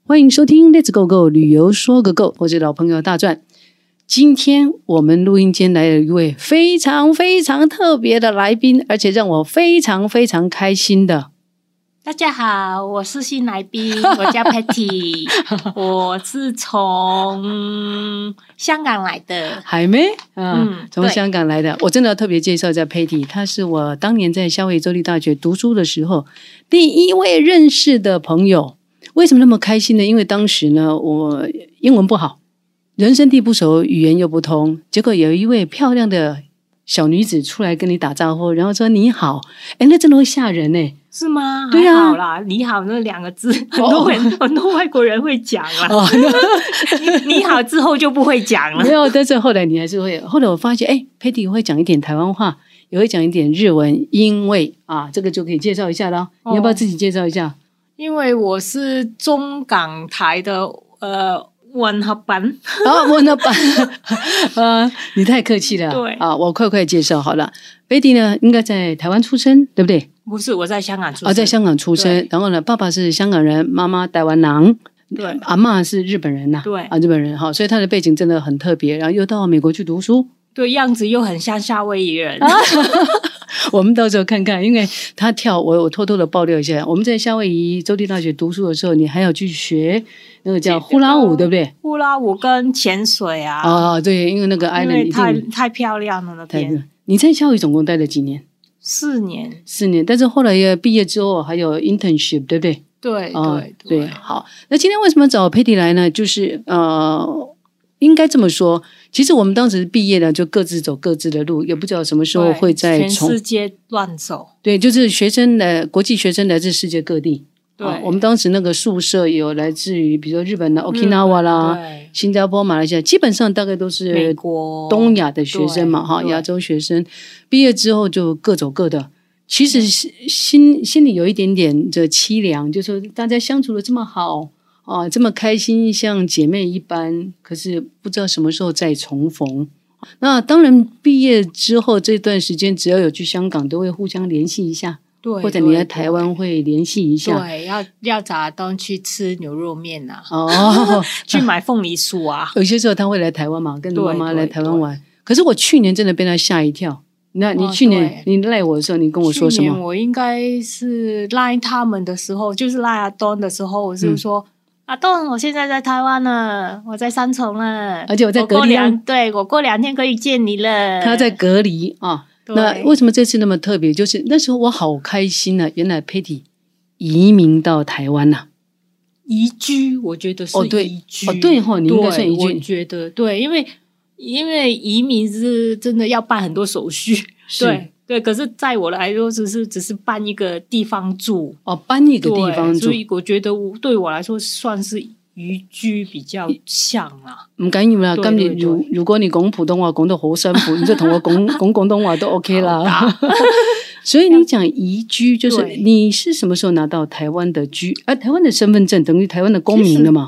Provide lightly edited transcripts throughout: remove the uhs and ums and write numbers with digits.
欢迎收听 Let's Go Go 旅游说个够，我是老朋友大壮。今天我们录音间来了一位非常非常特别的来宾，而且让我非常非常开心的。 大家好，我是新来宾，我叫 Patty， 我是从香港来的。 海妹，从香港来的。我真的要特别介绍一下 Patty， 她是我当年在夏威夷州立大学读书的时候第一位认识的朋友。为什么那么开心呢？因为当时呢，我英文不好，人生地不熟，语言又不通，结果有一位漂亮的小女子出来跟你打招呼，然后说你好，那真的会吓人耶。 是吗？ 对啊， 还好啦，你好那两个字，很多外国人会讲啦。你好之后就不会讲了。 没有，但是后来你还是会。后来我发现，Patty 会讲一点台湾话，也会讲一点日文，因为这个就可以介绍一下了。你要不要自己介绍一下？ 因为我是中港台的混合版。 混合版。你太客气了。 对我快介绍好了。Patty 呢，应该在台湾出生，对不对？ 不是，我在香港出生。 在香港出生。然后呢，爸爸是香港人，妈妈台湾人。 对， 阿嬷是日本人呐。 对日本人。所以他的背景真的很特别。然后又到美国去读书。 对，样子又很像夏威夷人。 我们到时候看看，因为他跳，我偷偷的爆料一下，我们在夏威夷州立大学读书的时候，你还要去学那个叫呼啦舞，对不对？ 呼啦舞跟潜水啊。 对，因为那个 island 太漂亮了那边。 你在夏威夷总共待了几年 ？4年。 4年，但是后来毕业之后还有 internship， 对不对？ 对。 好，那今天为什么找 Patty 来呢？就是应该这么说，其实我们当时毕业了就各自走各自的路，也不知道什么时候会在全世界乱走。 对，就是国际学生来自世界各地。 对， 我们当时那个宿舍有来自于比如说日本的 Okinawa 啦，新加坡、马来西亚，基本上大概都是美国东亚的学生嘛，亚洲学生。毕业之后就各走各的。其实心里有一点点的凄凉，就是说大家相处的这么好这么开心，像姐妹一般，可是不知道什么时候再重逢。那当然毕业之后这段时间只要有去香港都会互相联系一下， 对， 或者你在台湾会联系一下。 对，要找东去吃牛肉面去买凤梨酥有些时候他会来台湾嘛，跟你妈妈来台湾玩。可是我去年真的被他吓一跳。那你去年你赖我的时候，你跟我说什么？ 去年我应该是赖他们的时候，就是赖阿东的时候，我就说阿东，我现在在台湾了，我在三重了， 而且我在隔离。 我过2天可以见你了。 他在隔离那为什么这次那么特别？就是那时候我好开心啊！原来 Patty 移民到台湾了。 移居，我觉得是移居。 对你应该算移居。 我觉得对，因为移民是真的要办很多手续。对，可是在我来说只是搬一个地方住。 搬一个地方住。 所以我觉得对我来说算是移居比较像啦。 唔緊要啦，今年如果你講普通話講得好辛苦，你就同我講廣東話都 OK 啦。所以你講移居，就是你是什麼時候拿到台灣的台灣的身份證，等於台灣的公民了嗎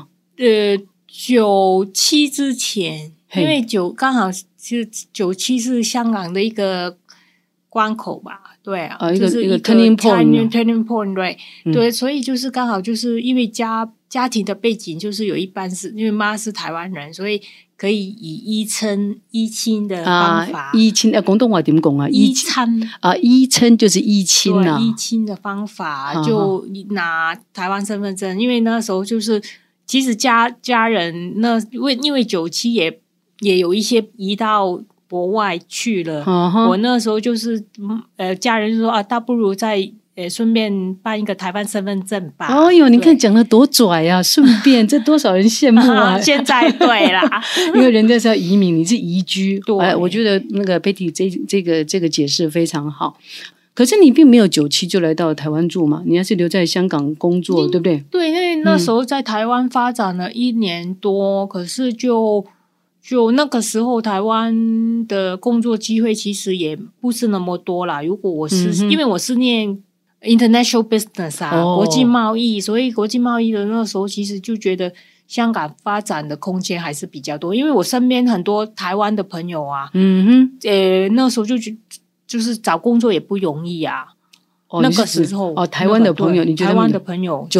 ？97之前，因為剛好是97是香港的一個關口吧。對啊， 一個 turning point 對，所以就是剛好就是因為家庭的背景就是有一半是因為媽是台灣人，所以可以以依親的方法。 依親廣東話點講啊？ 依親依親就是依親啊。 依親的方法就拿台灣身份證，因為那時候就是其實家人因為97也有一些移到國外去了。我那時候就是家人就說倒不如再順便辦一個台灣身份證吧。 你看講得多拽啊，順便這多少人羨慕啊。 現在對啦。 因為人家是要移民，你是移居。我覺得那個 Patty 這個解釋非常好。可是你並沒有97就來到台灣住嘛，你還是留在香港工作，對不對？ 對，因為那時候在台灣發展了1年多，可是就那個時候台灣的工作機會其實也不是那麼多啦。如果因為我是念international business 國際貿易，所以國際貿易的那時候其實就覺得香港發展的空間還是比較多，因為我身邊很多台灣的朋友那時候就是找工作也不容易啊。 那个时候台湾的朋友，你觉得台湾的朋友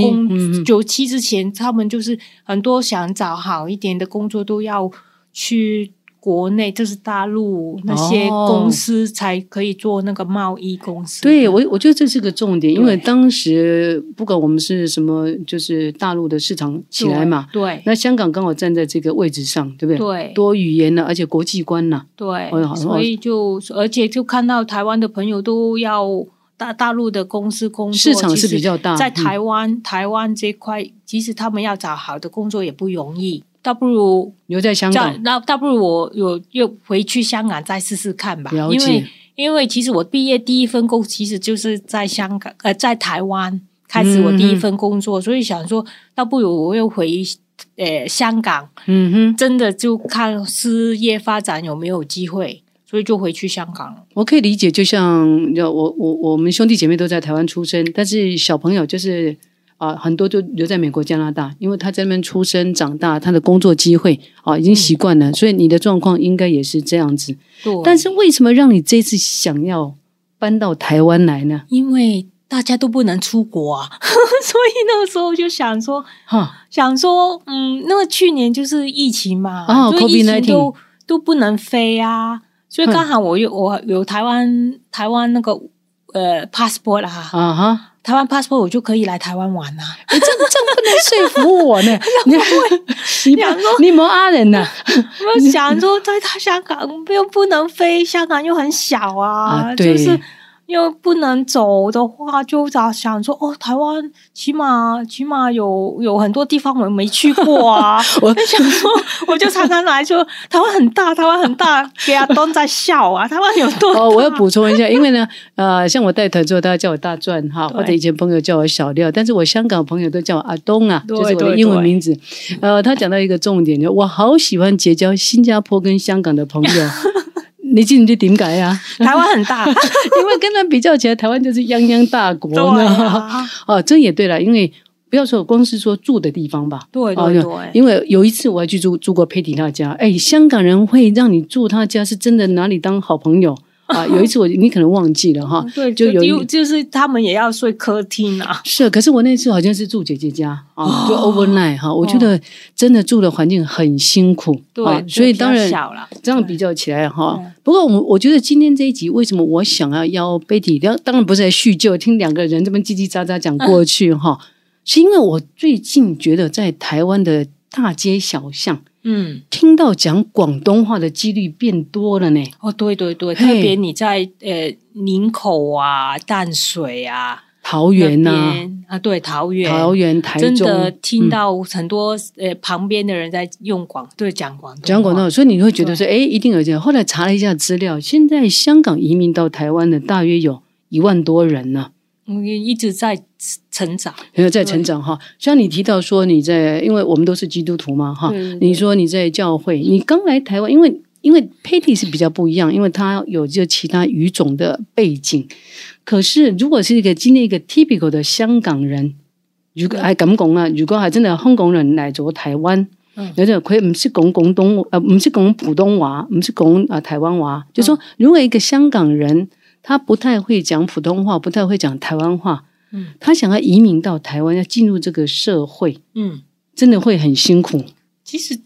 97之前，他们就是很多想找好一点的工作都要去国内，就是大陆那些公司才可以做那个贸易公司。 对，我觉得这是个重点，因为当时不管我们是什么，就是大陆的市场起来嘛， 对， 那香港刚好站在这个位置上，对不对？ 对， 多语言呢，而且国际观呢， 对，所以而且就看到台湾的朋友都要大陆的公司工作， 市场是比较大， 在台湾这块，其实他们要找好的工作也不容易。倒不如留在香港， 倒不如我又回去香港再试试看吧。 了解， 因为其实我毕业第一份工其实就是在香港，在台湾开始我第一份工作，所以想说，倒不如我又回香港，真的就看事业发展有没有机会，所以就回去香港了。 我可以理解，就像我们兄弟姐妹都在台湾出生，但是小朋友就是很多就留在美国加拿大，因为他在那边出生长大，他的工作机会已经习惯了，所以你的状况应该也是这样子。但是为什么让你这次想要搬到台湾来呢？ 因为大家都不能出国啊所以那个时候就想说那么去年就是疫情嘛，所以疫情都不能飞啊，所以刚好我有台湾那个passport 啦台湾 passport 我就可以来台湾玩啊！ 这不能说服我呢。你没阿人呐？ 我想说，在香港又不能飞，香港又很小对， 就是又不能走的话，就想说台湾起码有很多地方我没去过啊。我想说，我就常常来说，台湾很大，给阿东在笑啊。台湾有多大？ 我要补充一下，因为呢，像我带团之后，大家叫我大壮哈，或者以前朋友叫我小廖，但是我香港朋友都叫我阿东啊，就是我的英文名字。他讲到一个重点，就我好喜欢结交新加坡跟香港的朋友。你知唔知點解啊？ 台湾很大， 因为跟他比较起来，台湾就是泱泱大国呢。这也对了，因为不要说光是说住的地方吧， 对， 因为有一次我还去住过佩蒂他家，香港人会让你住他家，是真的拿你当好朋友。有一次你可能忘记了哈， 对，就是他们也要睡客厅啊。 是，可是我那次好像是住姐姐家就 overnight 哈，我觉得真的住的环境很辛苦， 对， 所以当然这样比较起来哈。不过我觉得今天这一集为什么我想要邀 Betty， 当然不是来叙旧，听两个人这么叽叽喳喳讲过去哈，是因为我最近觉得在台湾的大街小巷。听到讲广东话的几率变多了呢。 对，特别你在林口啊、淡水啊、 桃园对，桃园、 台中， 真的听到很多旁边的人在讲广东话， 所以你会觉得说，一定有这样。后来查了一下资料，现在香港移民到台湾的大约有1万多人呢。 一直在成长， 在成长哈。像你提到说你在，因为我们都是基督徒嘛哈，你说你在教会，你刚来台湾，因为 Patty 是比较不一样，因为他有就其他语种的背景。可是如果是今天一个 typical 的香港人，如果係咁講啦，如果係真係香港人嚟咗台灣，有啲佢唔識講廣東，唔識講普通話，唔識講台灣話，就說如果一個香港人。他不太会讲普通话，不太会讲台湾话。他想要移民到台湾，要进入这个社会，真的会很辛苦。 其实，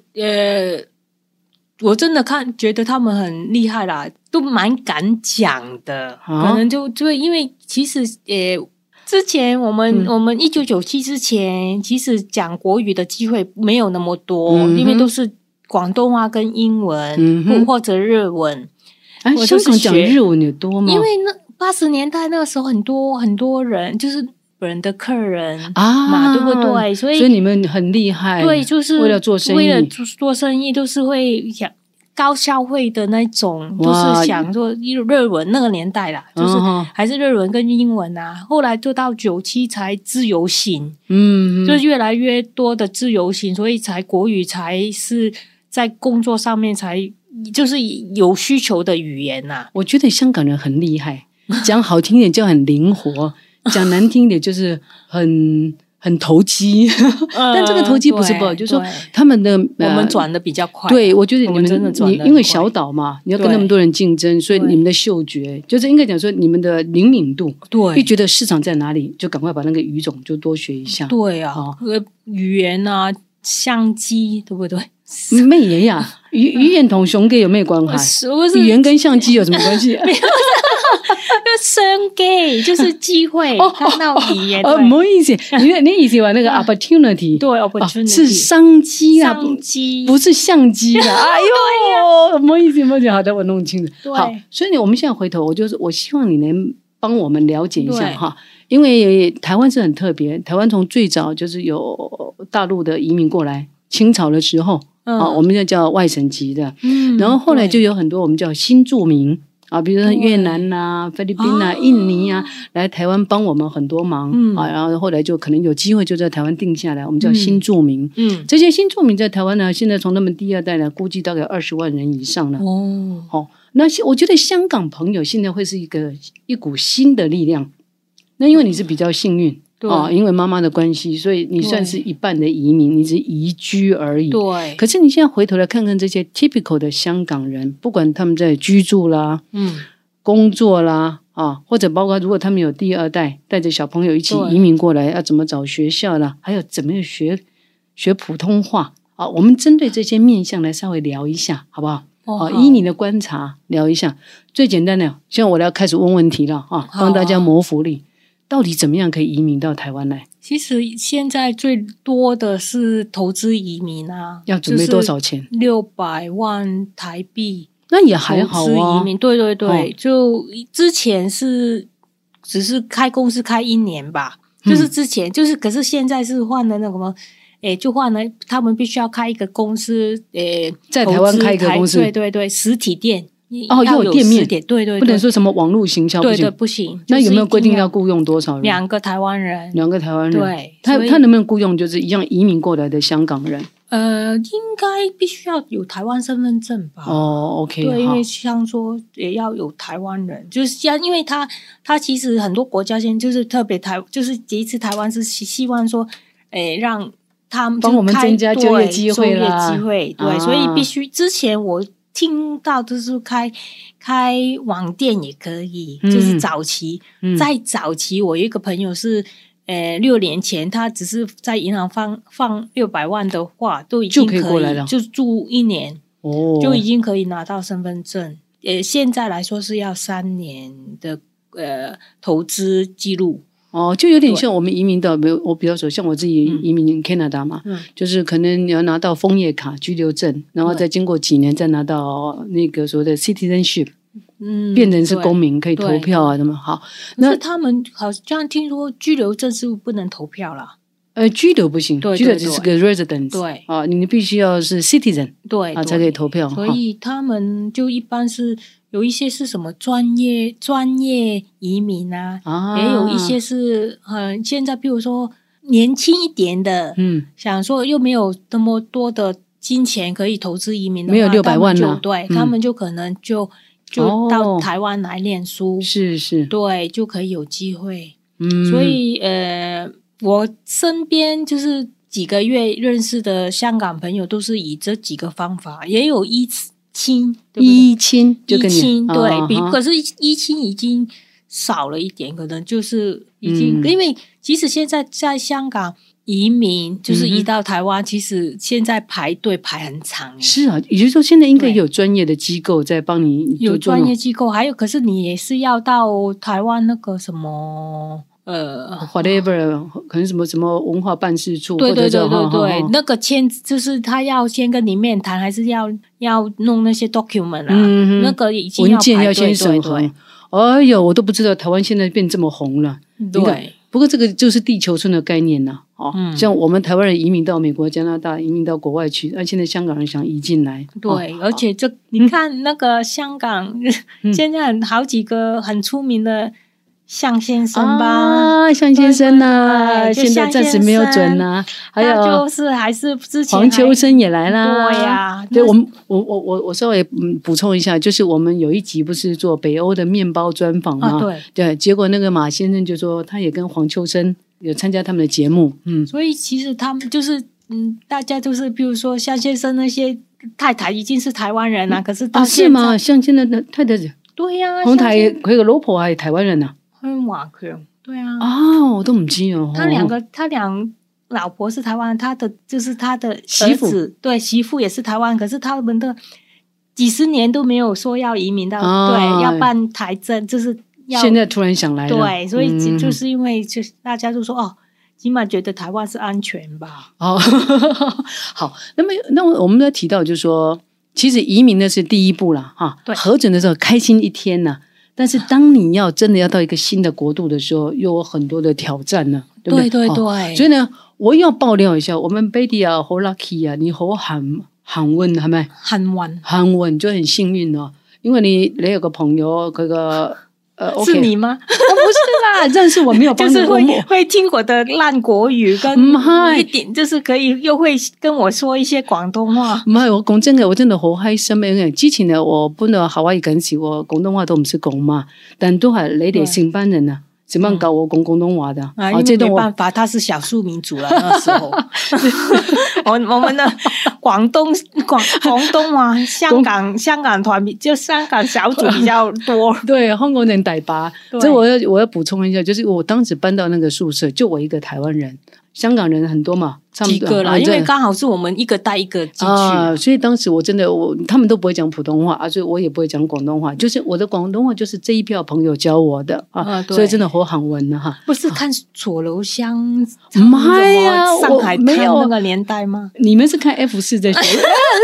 我真的觉得他们很厉害啦，都蛮敢讲的。可能就因为其实，之前我们1997之前，其实讲国语的机会没有那么多，因为都是广东话跟英文，或者日文。 香港讲日文有多吗？ 因为80年代那个时候很多人就是本人的客人嘛，对不对？所以你们很厉害， 对，就是为了做生意，都是会想高消费的那种，都是想做日文那个年代啦，就是还是日文跟英文啊。后来就到97才自由行，就越来越多的自由行，所以才国语才是在工作上面才。就是有需求的语言呐。 我觉得香港人很厉害，讲好听一点就很灵活，讲难听一点就是很很投机，但这个投机不是不好，就是说他们的我们转的比较快。 对，我觉得你们真的转得因为小岛嘛，你要跟那么多人竞争，所以你们的嗅觉就是应该讲说你们的灵敏度， 对， 一觉得市场在哪里，就赶快把那个语种就多学一下。 对啊，语言啊，相机，对不对？ 妹爷呀，语言同相机有没有关系？语言跟相机有什么关系？ 生给就是机会，看到语言。 不好意思，你意思话那个 opportunity， 对 opportunity 是商机啊，不是相机啊。哎呦，不好意思，好的，我弄清楚。好，所以我们现在回头，我希望你能帮我们了解一下哈，因为台湾是很特别，台湾从最早就是有大陆的移民过来，清朝的时候。我们叫外省籍的，然后后来就有很多我们叫新住民啊，比如说越南啊、菲律宾啊、印尼啊，来台湾帮我们很多忙啊，然后后来就可能有机会就在台湾定下来，我们叫新住民。这些新住民在台湾呢，现在从他们第二代呢，估计大概20万人以上了。那我觉得香港朋友现在会是一股新的力量。那因为你是比较幸运。因为妈妈的关系，所以你算是一半的移民，你是移居而已。 对。 可是你现在回头来看看这些 typical 的香港人，不管他们在居住啦、工作啦或者包括如果他们有第二代带着小朋友一起移民过来，要怎么找学校啦，还有怎么学普通话我们针对这些面向来稍微聊一下，好不好？依你的观察聊一下。最简单的，现在我要开始问问题了帮大家谋福利。到底怎么样可以移民到台湾来？ 其实现在最多的是投资移民啊， 要准备多少钱 ？600万台币， 那也还好啊。投资移民，对，就之前只是开公司开1年吧，就是之前可是现在是换了那个什么，就换了，他们必须要开一个公司， 在台湾开一个公司， 对，实体店。 要有店面， 对， 不能说什么网络行销， 对，不行。 那有没有规定要雇佣多少人 ？2个台湾人 ，2个台湾人。 对， 他能不能雇佣就是一样移民过来的香港人？ 应该必须要有台湾身份证吧 ？OK， 对，因为像说也要有台湾人，就是因为他其实很多国家现在就是特别就是这一次台湾是希望说，让他们帮我们增加就业机会啦， 对，所以必须之前我。听到就是开网店也可以，就是早期，在早期我有一个朋友是6年前他只是在银行放600万的话都已经可以过来了， 就住1年就已经可以拿到身份证。现在来说是要3年的投资记录。 就有点像我们移民到，我比较说像我自己移民 Canada 嘛，就是可能你要拿到枫叶卡居留证，然后再经过几年再拿到那个所谓的 citizenship，变成是公民可以投票啊，什么好？ 那他们好像听说居留证是不能投票啦。 居留不行，居留只是个 resident， 对你必须要是 citizen， 对才可以投票。 所以他们就一般是有一些是什么专业移民啊，也有一些是现在比如说年轻一点的，想说又没有那么多的金钱可以投资移民的话， 没有600万呢， 对，他们就可能就到台湾来念书， 是， 对，就可以有机会。所以我身边就是几个月认识的香港朋友都是以这几个方法，也有依亲， 依亲，对， 可是依亲已经少了一点，可能就是已经，因为即使现在在香港移民，就是移到台湾，其实现在排队排很长。 是啊，也就是说现在应该有专业的机构在帮你， 有专业机构，还有可是你也是要到台湾那个什么。 whatever， 可能什么文化办事处， 对，那个就是他要先跟你面谈，还是要弄那些 document 那个已经文件要先审核。哎呦，我都不知道台湾现在变这么红了。 对， 不过这个就是地球村的概念呐。像我们台湾人移民到美国、加拿大，移民到国外去，现在香港人想移进来。 对，而且你看那个香港现在好几个很出名的。向先生吧， 向先生呐，现在暂时没有准呐。还有就是还是之前黄秋生也来啦。 对呀， 对我稍微补充一下，就是我们有一集不是做北欧的面包专访吗？ 对， 结果那个马先生就说他也跟黄秋生有参加他们的节目， 所以其实他们就是大家就是比如说向先生那些太太已经是台湾人可是到现在是吗？像现在的太太对呀， 洪台佢個老婆係台灣人啊？ 对啊， 我都唔知哦。 他两老婆是台湾，他的就是他的媳妇， 对，媳妇也是台湾，可是他们的几十年都没有说要移民到，对，要办台证，就是要现在突然想来了， 对，所以就是因为就是大家都说起码觉得台湾是安全吧。 好，那么我们要提到就是说，其实移民的是第一步了哈，核准的时候开心一天呢。但是当你要真的要到一个新的国度的时候，又有很多的挑战呢，对不对？ 对对对。 所以呢，我要爆料一下，我们 Betty 好 lucky 你好韩文係咪？韓文就很幸運哦，因為你有個朋友，嗰個是你嗎？ 不是啦，認識我沒有幫就是會聽我的爛國語，跟一點就是可以又會跟我說一些廣東話。 唔係，我講真嘅，我真的好開心嘅。之前呢，我搬到夏威夷嗰陣時，我廣東話都唔識講嘛，但都係你哋成班人啊。怎麼教我講廣東話的？ 因為沒辦法，他是少數民族了那時候。我們的廣東話，香港團就香港小組比較多。 對，香港人大把。這我要補充一下，就是我當時搬到那個宿舍，就我一個台灣人。香港人很多嘛， 幾個啦，因為剛好是我們一個帶一個進去， 所以當時我真的他們都不會講普通話所以我也不會講廣東話，就是我的廣東話就是這一票朋友教我的所以真的好幸運哈。 不是看楚留香， 唔係啊， 上海沒有那個年代嗎？ 你們是看 F4 在學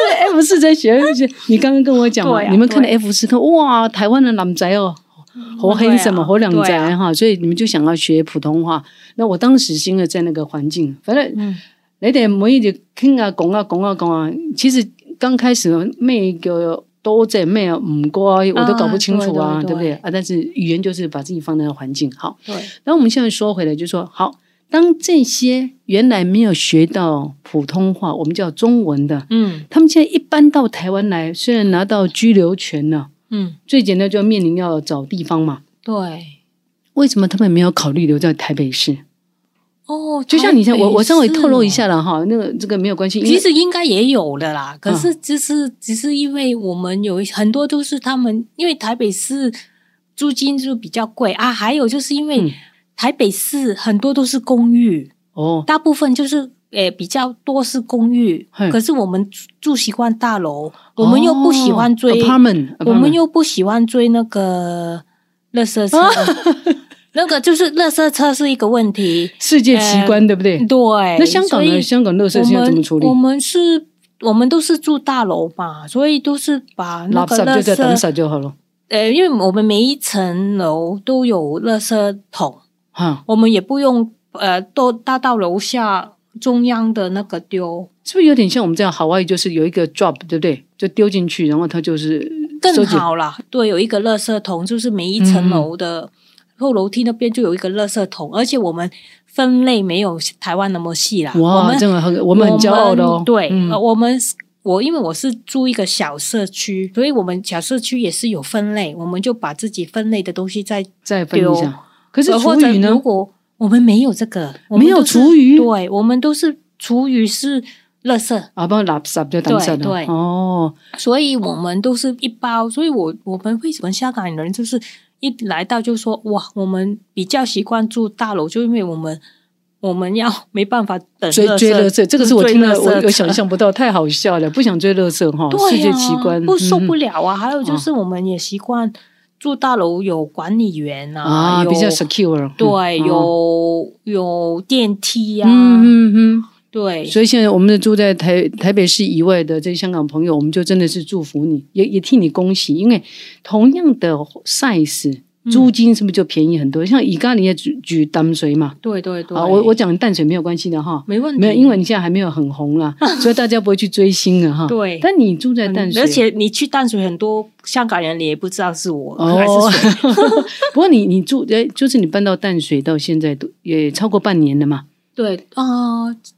F4 在學，你剛剛跟我講嘛，你們看的 F4 看哇，台灣的男仔好handsome好靚仔哈，所以你們就想要學普通話。那我當時是因為在那個環境，反正你哋每日傾啊講啊，其實剛開始咩叫多謝咩唔該，我都搞不清楚對不對但是語言就是把自己放在環境好。對，然後我們現在說回來就說好，當這些原來沒有學到普通話，我們叫中文的，他們現在一搬到台灣來，雖然拿到居留權了，最簡單就面臨要找地方嘛。對，為什麼他們沒有考慮留在台北市？就像你我稍微透露一下了哈，那個這個沒有關係。 其實應該也有的啦，可是只是因為我們有很多都是他們，因為台北市租金就比較貴還有就是因為台北市很多都是公寓大部分就是比較多是公寓，可是我們住習慣大樓，我們又不喜歡追 apartment， 我們又不喜歡追那個垃圾車那個就是垃圾車是一個問題， 世界奇觀對不對？ 對。 那香港呢？香港垃圾現在怎麼處理？ 我們都是住大樓嘛，所以都是把那個垃圾就在等灑就好了。 因為我們每一層樓都有垃圾桶，我們也不用都搭到樓下中央的那個丟， 是不是有點像我們這樣夏威夷就是有一個 drop 對不對？就丟進去，然後它就是更好啦。對，有一個垃圾桶，就是每一層樓的後樓梯那邊就有一個垃圾桶，而且我們分類沒有台灣那麼細啦。 哇，真的我們很驕傲的哦。 對，因為我是住一個小社區，所以我們小社區也是有分類，我們就把自己分類的東西再分一下。可是廚餘呢？ 如果我們沒有這個， 沒有廚餘， 對，我們都是廚餘是垃圾不垃圾就等等對所以我們都是一包，所以我們為什麼香港人就是一來到就說哇，我們比較習慣住大樓，就因為我們要沒辦法等追垃圾，這個是我聽了我想象不到，太好笑了，不想追垃圾哈，世界奇觀， 不受不了還有就是我們也習慣住大樓有管理員比較 secure， 對，有電梯對， 所以現在我們住在台北市以外的這些香港朋友，我們就真的是祝福你，也替你恭喜，因為同樣的 size，租金是不是就便宜很多？像而家你也舉淡水嘛， 對對對， 我講淡水沒有關係的哈， 沒問題， 沒有，因為你現在還沒有很紅啦，所以大家不會去追星的哈。 對， 但你住在淡水， 而且你去淡水，很多香港人也不知道是我還是誰。 不過你住就是你搬到淡水到現在都也超過半年了嘛？ 對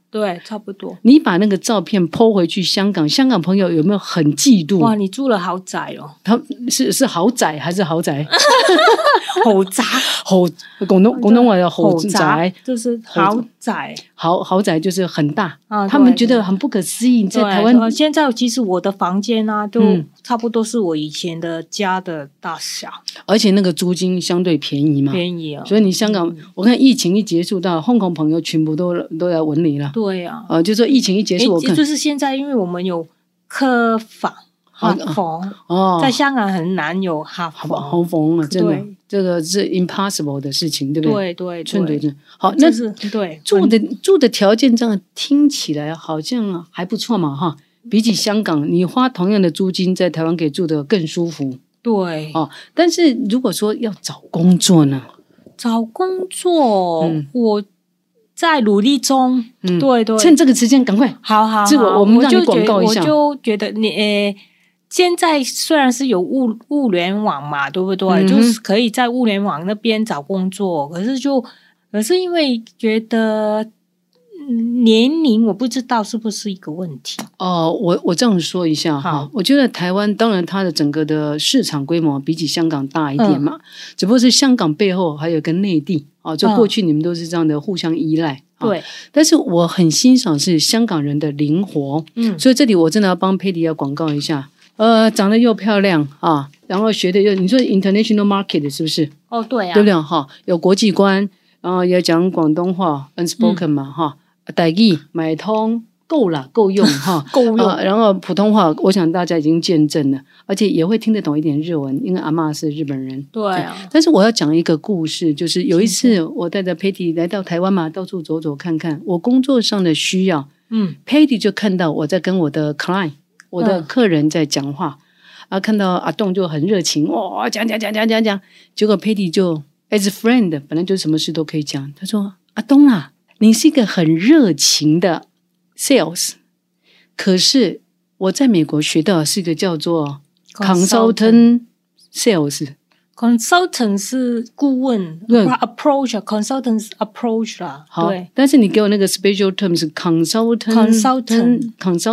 对，差不多。 你把那个照片 po 回去香港，香港朋友有没有很嫉妒？ 哇，你住了豪宅哦！ 他是豪宅还是豪宅？ 豪宅， 广东话的豪宅就是豪宅， 豪宅就是很大啊。 他们觉得很不可思议，在台湾现在其实我的房间啊，都差不多是我以前的家的大小， 而且那个租金相对便宜嘛， 便宜啊。 所以你香港，我看疫情一结束，到香港朋友全部都来揾你了。 对啊， 就说疫情一结束，我看就是现在，因为我们有客房。在香港很难有豪房了，真的，这个是 impossible 的事情，对不对？对， 好，那是对住的条件这样听起来好像还不错嘛，哈。比起香港，你花同样的租金在台湾可以住得更舒服， 对但是如果说要找工作呢？ 找工作，我在努力中，对， 趁这个时间赶快， 好， 我们让你广告一下。 我就觉得你现在虽然是有物联网嘛，对不对？就是可以在物联网那边找工作，可是因为觉得年龄，我不知道是不是一个问题。 我这样说一下哈，我觉得台湾当然它的整个的市场规模比起香港大一点嘛，只不过是香港背后还有个内地就过去你们都是这样的互相依赖。 对， 但是我很欣赏是香港人的灵活，所以这里我真的要帮佩蒂要广告一下。长得又漂亮啊，然后学的又，你说 international market 是不是？ 对啊， 对不对哈？有国际观，然后也讲广东话 unspoken 嘛哈，台语买通够了，够用哈， 够用。 然后普通话，我想大家已经见证了，而且也会听得懂一点日文，因为阿嬷是日本人。 对啊。 但是我要讲一个故事，就是有一次我带着 Patty 来到台湾嘛，到处走走看看，我工作上的需要，Patty 就看到我在跟我的 client。我的客人在讲话，看到阿栋就很热情，讲，结果 Patty 就 as friend， 本来就什么事都可以讲。他说：“阿栋啊，你是一个很热情的 sales， 可是我在美国学到的是一个叫做 consultant sales。”Consultant 是顾问 approach consultant approach 啦， 好，对。但是你给我那个 special term 是 consultant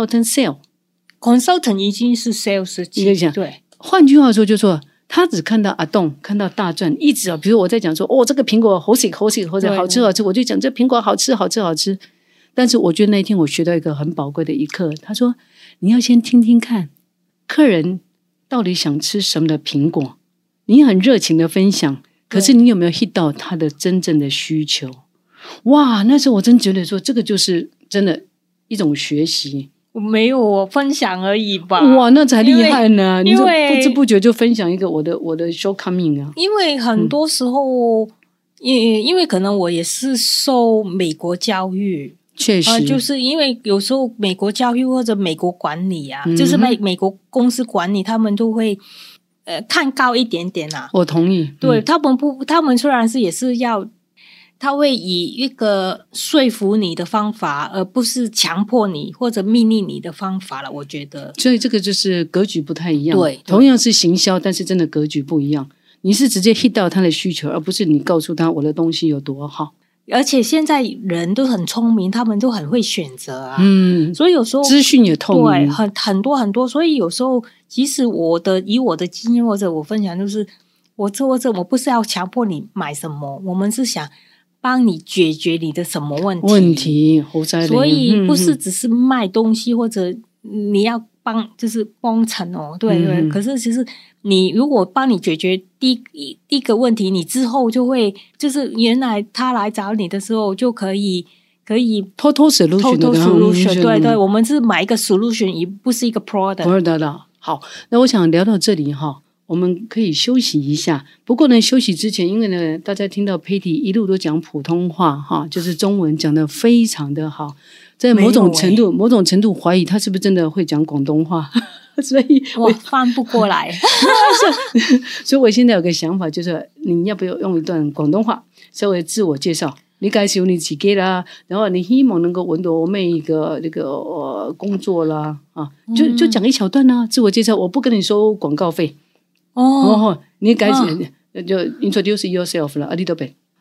sale。Consultant 已经是 sales 对，换句话说就说他只看到阿栋，看到大赚，一直比如我在讲说这个苹果好吃或者好吃，我就讲这苹果好吃。但是我觉得那一天我学到一个很宝贵的一课，他说你要先听听看客人到底想吃什么的苹果，你很热情的分享，可是你有没有 hit 到他的真正的需求？哇，那时候我真觉得说这个就是真的一种学习。 没有，我分享而已吧。 哇，那才厉害呢！你说不知不觉就分享一个我的 shortcoming 啊。 因为很多时候，因为可能我也是受美国教育， 确实， 就是因为有时候美国教育或者美国管理啊，就是美国公司管理，他们都会看高一点点啊。 我同意。 对，他们虽然是也是要。他会以一个说服你的方法，而不是强迫你或者命令你的方法了。我觉得， 所以这个就是格局不太一样。 对， 同样是行销，但是真的格局不一样。你是直接 hit 到他的需求，而不是你告诉他我的东西有多好。 而且现在人都很聪明，他们都很会选择啊。所以有时候资讯也透明， 对，很多。所以有时候，其实以我的经验或者我分享，就是我不是要强迫你买什么，我们是想。帮你解决你的什么问题，所以不是只是卖东西或者你要就是帮衬对。可是其实你如果帮你解决第一个问题，你之后就会就是原来他来找你的时候就可以 total solution， 对，我们是买一个 solution， 也不是一个 product。 好，那我想聊到这里哈。我们可以休息一下，不过呢，休息之前，因为呢，大家听到 Patty 一路都讲普通话哈，就是中文讲得非常的好，在某种程度怀疑他是不是真的会讲广东话，所以我翻不过来。 所以我现在有个想法，就是你要不要用一段广东话稍微自我介绍？你介绍你自己啦，然后你希望能够揾到咩一个工作啦就讲一小段啦，自我介绍，我不跟你收广告费。你开始就 introduce yourself 了 a little bit。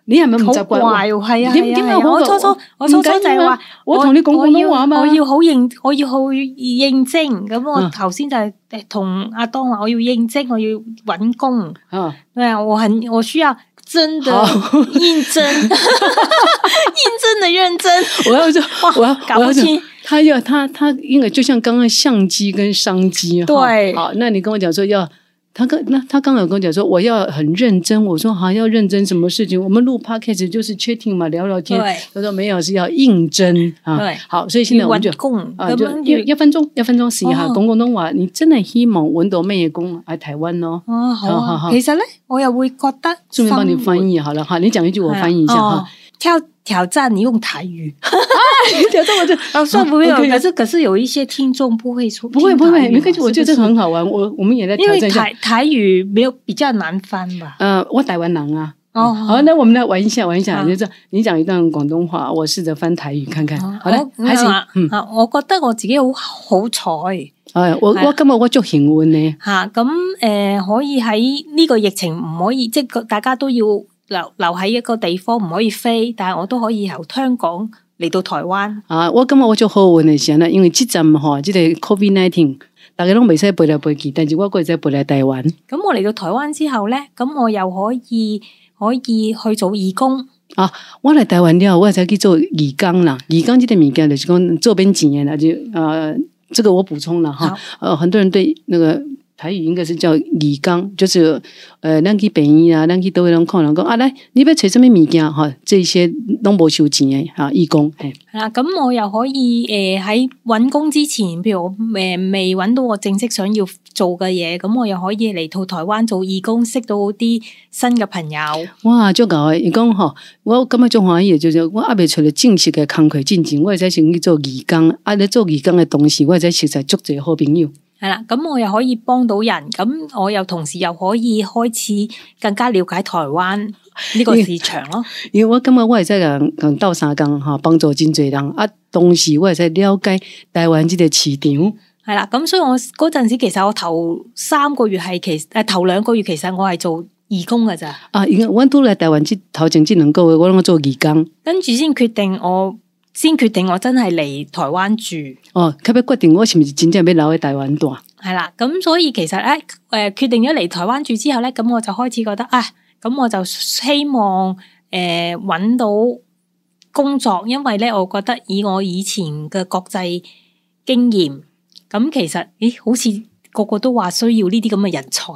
你係咪唔習慣？ 好怪喎，係啊， 點解我初初就係話， 我同你講廣東話嘛， 我要去應徵，咁我頭先就係同阿當話我要應徵，我要揾工，我需要真的認真，認真的認真， 我要搞不清。 他應該就像剛剛相機跟商機， 對， 好，那你跟我講說要。他剛有跟我講說我要很認真，我說好要認真什麼事情？我們錄 podcast 就是 chatting 嘛，聊聊天。他說沒有，是要認真啊。對，好，所以現在我們就就一分鐘試下講廣東話。你真係希望揾到咩工喺台灣咯？ 哦，好。其實咧，我又會覺得順便幫你翻譯好了，好，你講一句，我翻譯一下哈。 挑戰你用台語， 挑戰我就算不用，可是有一些聽眾不會說， 不會，沒關係，我覺得這個很好玩，我們也在挑戰一下。 因為台語沒有比較難翻吧？ 我台灣人啊。好，那我們來玩一下，就是你講一段廣東話，我試着翻台語看看。好咧，開始。 我覺得我自己好彩。 我今日我足幸運呢。 咁可以喺呢個疫情唔可以，即係大家都要。留喺一個地方唔可以飛，但係我都可以由香港嚟到台灣。 我感覺我就好運嘅時候，因為這陣即係 COVID-19， 大家都未使飛來飛去，但是我可以飛來台灣。 咁我嚟到台灣之後咧，咁我又可以去做義工。 我嚟台灣了，我才去做義工啦。義工這個物件就是講做邊錢嘅啦，就這個我補充了哈。很多人對那個。台語應該是叫義工，就是咱去病院啊，咱去倒位攏看人講來，你要找什麼物件這些攏無收錢嘅義工係啦。 咁我又可以喺揾工之前，譬如我未揾到我正式想要做嘅嘢，咁我又可以嚟到台灣做義工，識到啲新嘅朋友。哇， 足夠嘅！伊講我感覺足歡喜，就是我還未出嚟正式嘅工作進程，我會使先去做義工，咧做義工嘅同時，我會使識在足儕好朋友。 係啦，咁我又可以幫到人，咁我又同時又可以開始更加了解台灣呢個市場咯。 因為我感覺我會使共鬥相共幫助真濟人，同時我會使了解台灣呢個市場。 係啦，咁所以我嗰陣時其實我頭2個月其實我係做義工㗎咋。 我都嚟台灣頭前這2個月我做義工， 跟住先決定我真係嚟台灣住。 佢要決定我是唔是真正要留喺台灣住。 係啦，咁所以其實決定咗嚟台灣住之後咧，咁我就開始覺得咁我就希望搵到工作，因為咧我覺得以我以前嘅國際經驗，咁其實好似個個都話需要呢啲咁嘅人才。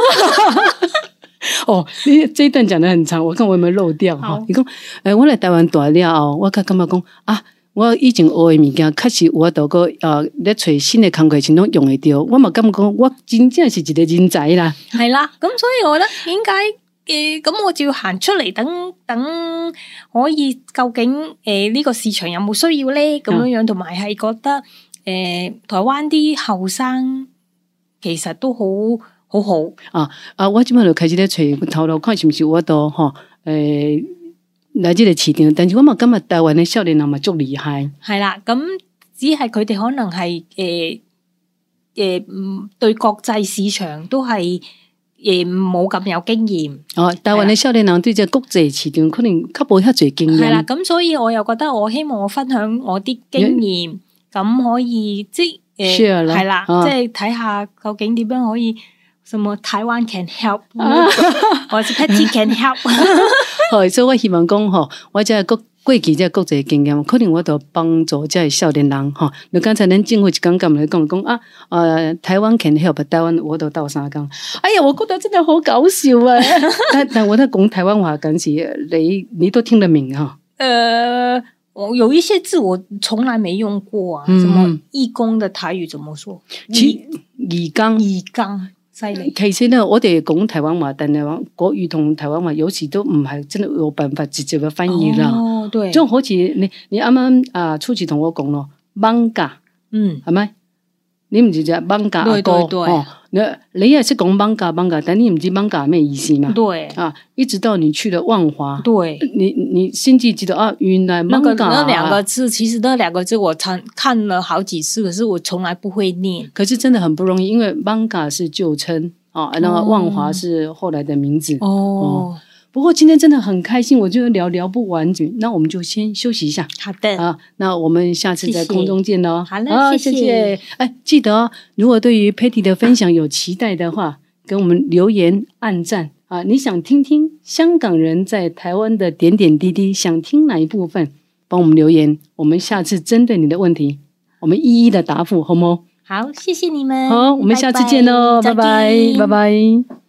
你這一段講得很長，我看我有沒有漏掉哈？你講，我來台灣大了，我感覺講我以前學的物件，確實我都個咧找新的工作前都用得到。我嘛感覺講，我真正是一個人才啦。 係啦，咁所以我覺得點解咁我就要行出嚟，等可以究竟呢個市場有冇需要咧？咁樣樣，同埋係覺得台灣啲後生其實都好我今日就開始咧找頭路，看是唔是我都來這個市場，但是我嘛感覺台灣嘅少年人嘛足厲害。係啦，咁只係佢哋可能係對國際市場都係冇咁有經驗。 台灣嘅少年人對這個國際市場可能較冇遐濟經驗。 係啦，咁所以我又覺得我希望我分享我啲經驗，咁可以即係係啦，即係睇下究竟點樣可以。什麼台灣 can help， 或者 Patty can help。 所以我希望講我這個過去這個國際經驗，可能我都幫助這個少年人你剛才咱政府一講咁來講台灣 can help， 台灣我都鬥相共。哎呀，我覺得真的好搞笑啊！但我在講台灣話嗰時，你都聽得明我有一些字我從來沒用過什麼義工的台語怎麼說？ 義工。其實呢，我哋講台灣話，但係話國語同台灣話有時都唔係真係有辦法直接嘅翻譯啦。 對， 就好似你啱啱初次同我講咯，艋舺，係咪？你唔知就艋舺阿哥，你也是講艋舺，但你唔知艋舺咩意思嘛？ 對一直到你去了萬華， 對， 你先至知道原來艋舺那兩個字，其實那兩個字我看了好幾次，可是我從來不會念。 可是真的很不容易，因為艋舺是舊稱那個萬華是後來的名字。 不过今天真的很开心，我觉得聊不完，那我们就先休息一下。 好的啊，那我们下次在空中见喽。 好了， 谢谢。哎，记得哦，如果对于 Patty 的分享有期待的话，跟我们留言按赞啊。你想听听香港人在台湾的点点滴滴，想听哪一部分，帮我们留言，我们下次针对你的问题，我们一一的答复，好吗？ 好，谢谢你们。 好，我们下次见喽，拜拜，拜拜。